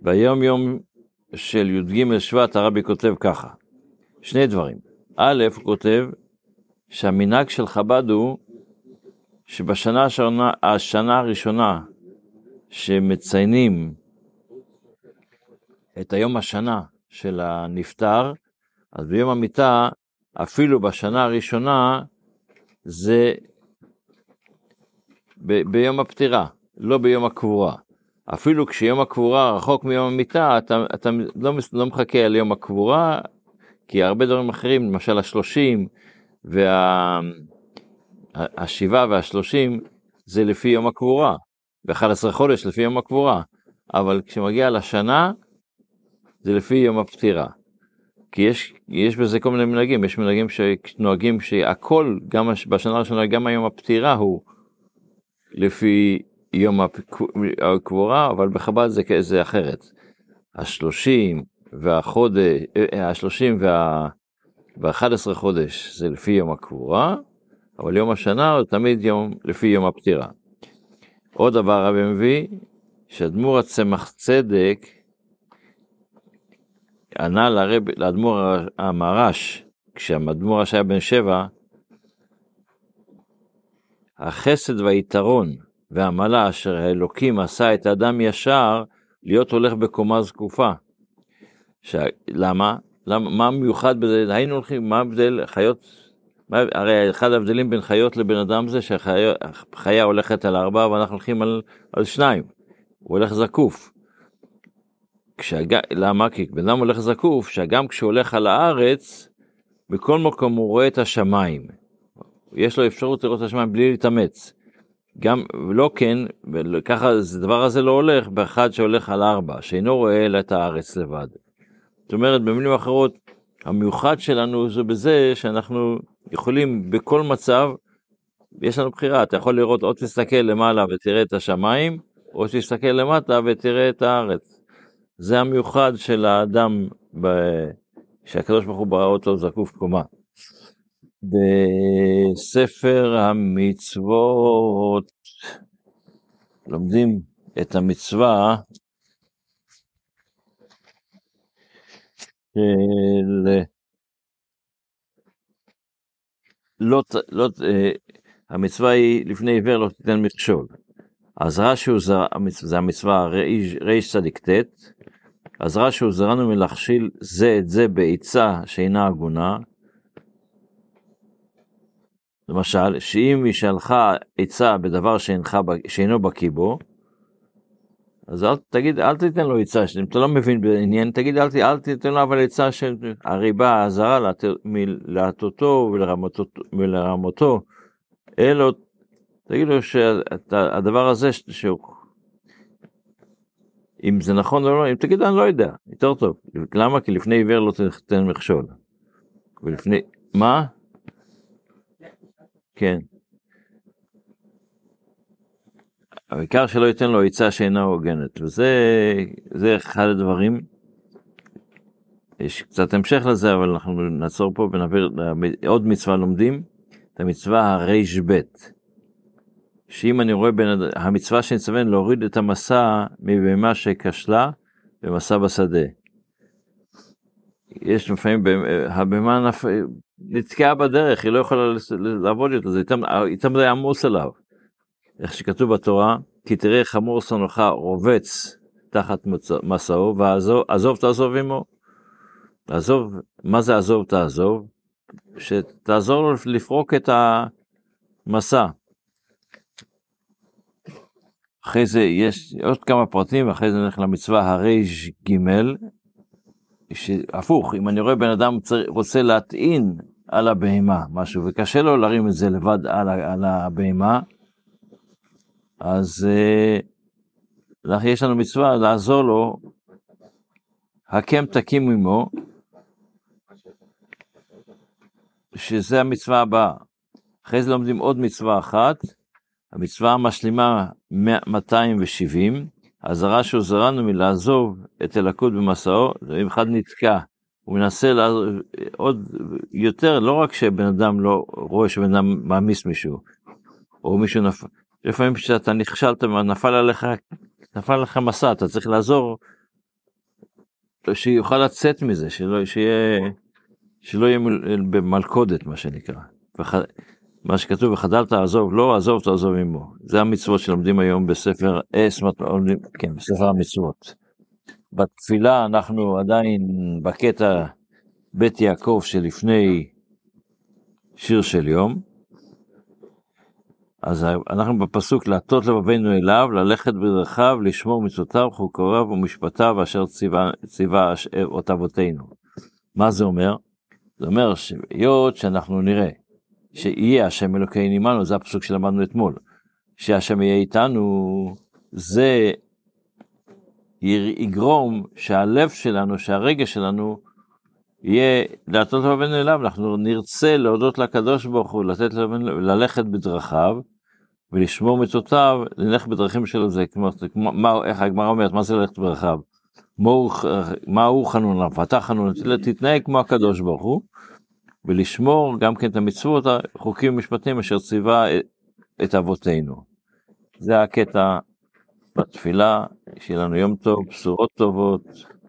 ביום יום של י"ג שבט הרבי כותב ככה, שני דברים. א', הוא כותב שהמנהג של חב"ד הוא השנה הראשונה שמציינים את היום השנה של הנפטר, אז ביום המיטה, אפילו בשנה הראשונה, זה ביום הפטירה, לא ביום הקבורה. אפילו כשיום הקבורה רחוק מיום המיטה, אתה לא מחכה על יום הקבורה, כי הרבה דברים אחרים, למשל ה-30 והשבעה וה-30, זה לפי יום הקבורה, ו-11 חודש לפי יום הקבורה, אבל כשמגיע לשנה, זה לפי יום הפטירה. כי יש בזה כל מיני מנהגים, יש מנהגים שנוהגים שהכל, גם בשנה הראשונה, גם היום הפטירה הוא לפי יום הקבורה, אבל בחב"ד זה אחרת. ה-30 וה-11 חודש זה לפי יום הקבורה, אבל יום השנה הוא תמיד לפי יום הפטירה. עוד דבר רבי מביא, שאדמו"ר הצמח צדק, ענה לאדמו"ר המהר"ש, כשהאדמו"ר הרש היה בן 7, החסד והיתרון והמעלה אשר האלוקים עשה את האדם ישר, להיות הולך בקומה זקופה. למה? מה מיוחד בזה? היינו הולכים, מה הבדל? הרי אחד ההבדלים בין חיות לבן אדם זה שחיה הולכת על 4 ואנחנו הולכים על 2. הוא הולך זקוף. למה? כי בן אדם הולך זקוף, שגם כשהוא הולך על הארץ, בכל מקום הוא רואה את השמיים. יש לו אפשרות לראות את השמיים בלי להתאמץ. גם לא כן, ככה הדבר הזה לא הולך באחד שהולך על 4, שאינו רואה אלא את הארץ לבד. זאת אומרת, במילים אחרות, המיוחד שלנו זה בזה שאנחנו יכולים בכל מצב, יש לנו בחירה, אתה יכול לראות או תסתכל למעלה ותראה את השמיים, או תסתכל למטה ותראה את הארץ. זה המיוחד של האדם שהקדוש ברוך הוא ברא אותו זקוף קומה. בספר המצוות לומדים את המצווה של המצווה היא לפני עיוור לא תיתן מכשול. אז רש"י זה המצווה ריש צדיק ט', אז רש"י הוזרנו מלהכשיל זה את זה בעיצה שאינה הגונה. למשל, שאם היא שלחה עיצה בדבר שאינו בקיא בו, אז אל תיתן לו עיצה, אם אתה לא מבין בעניין, תגיד אל תיתן לו אבל עיצה של הריבה, הזרה, להטותו ולרמותו, אלו, תגיד לו שהדבר הזה, אם זה נכון או לא, אם תגיד אני לא יודע, יותר טוב. למה? כי לפני עיוור לא תיתן מכשול. ולפני, מה? כן. העיקר שלא ייתן לו עיצה שאינה הוגנת, וזה אחד הדברים. יש קצת המשך לזה, אבל אנחנו נעצור פה ונעביר עוד מצווה לומדים, את המצווה הריש בית. שאם אני רואה המצווה שנצווה להוריד את המסע מבהמה שכשלה במסע בשדה. יש לפעמים, הבהמה נתקעה בדרך, היא לא יכולה לעבוד יותר, איתם זה עמוס עליו. איך שכתוב בתורה, כי תראה חמור שונאך רובץ תחת מסעו, ועזוב תעזוב עמו. עזוב, מה זה עזוב תעזוב? שתעזור לו לפרוק את המסע. אחרי זה יש עוד כמה פרטים, ואחרי זה נלך למצווה הריש ג' שהפוך, אם אני רואה בן אדם רוצה להטעין על הבהמה משהו, וקשה לו להרים את זה לבד על הבהמה, אז יש לנו מצווה לעזור לו, הקם תקים עמו, שזה המצווה הבאה. אחרי זה לומדים עוד מצווה אחת, המצווה המשלימה 270, אז רש"י הוזרנו מלעזוב את אלוקות במסעו, אם אחד נתקע, הוא מנסה עוד יותר, לא רק שבן אדם לא רואה שבן אדם מאמיס מישהו, או מישהו נפל, לפעמים שאתה נכשלת, נפל עליך מסע, אתה צריך לעזור שיוכל לצאת מזה, שלא יהיה במלכודת, מה שנקרא. מה שכתוב, וחדל תעזוב, לא עזוב תעזוב עמו. זה המצוות שלומדים היום בספר, כן, בספר המצוות. בתפילה אנחנו עדיין בקטע בית יעקב שלפני שיר של יום, אז אנחנו בפסוק להטות לבבינו אליו, ללכת בדרכיו, לשמור מצוותיו, חוקיו ומשפטיו אשר ציווה אות אבותינו. מה זה אומר? זה אומר שהיות שאנחנו נראה שיהיה השם אלוקינו עמנו, זה הפסוק שלמדנו אתמול, שהשם יהיה איתנו, זה יגרום שהלב שלנו, שהרגש שלנו, יהיה להטות לבבינו אליו, אנחנו נרצה להודות לקדוש ברוך הוא, ללכת בדרכיו, ולשמור מצוותיו, ללכת בדרכים שלו, זה כמו, איך הגמרא אומרת, מה זה ללכת בדרכיו? מה הוא חנון, פתח חנון, תתנהג כמו הקדוש ברוך הוא, ולשמור גם כן את המצוות, החוקים ומשפטים אשר ציווה את אבותינו. זה הקטע בתפילה, שיהיה לנו יום טוב, בשורות טובות.